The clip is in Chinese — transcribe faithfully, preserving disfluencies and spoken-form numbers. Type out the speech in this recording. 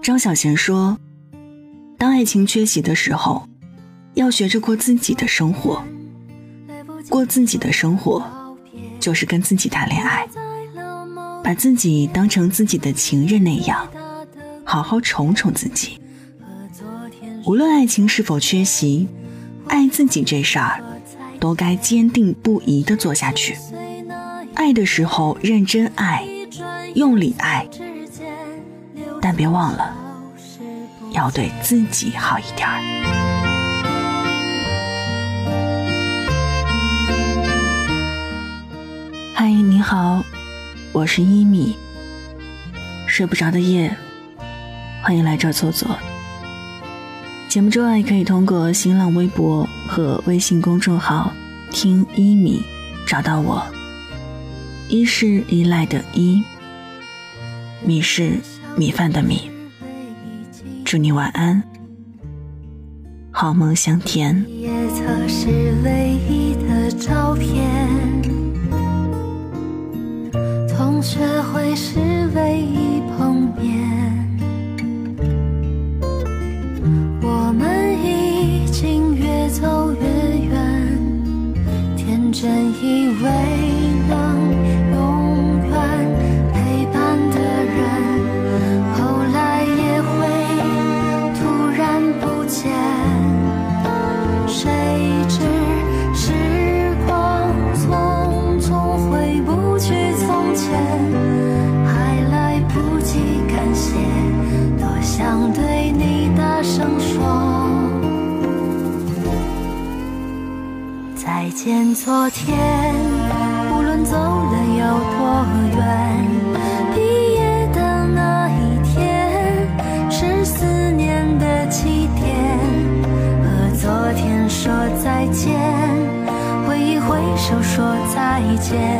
张小娴说，当爱情缺席的时候，要学着过自己的生活。过自己的生活，就是跟自己谈恋爱，把自己当成自己的情人那样，好好宠宠自己。无论爱情是否缺席，爱自己这事儿，都该坚定不移地做下去。爱的时候认真爱，用力爱，但别忘了要对自己好一点儿。嗨，你好，我是一米。睡不着的夜，欢迎来这儿坐坐。节目之外可以通过新浪微博和微信公众号听一米找到我。一是依赖的依，米是米饭的米。祝你晚安，好梦香甜。 夜测是唯一的照片，同学会是唯一碰面，我们已经越走越远，天真以为能永远陪伴的人，后来也会突然不见，谁知时光匆匆回不去从前，还来不及感谢，多想对你大声说再见昨天。无论走了有多远，毕业的那一天是思念的起点，和昨天说再见，挥一挥手说再见。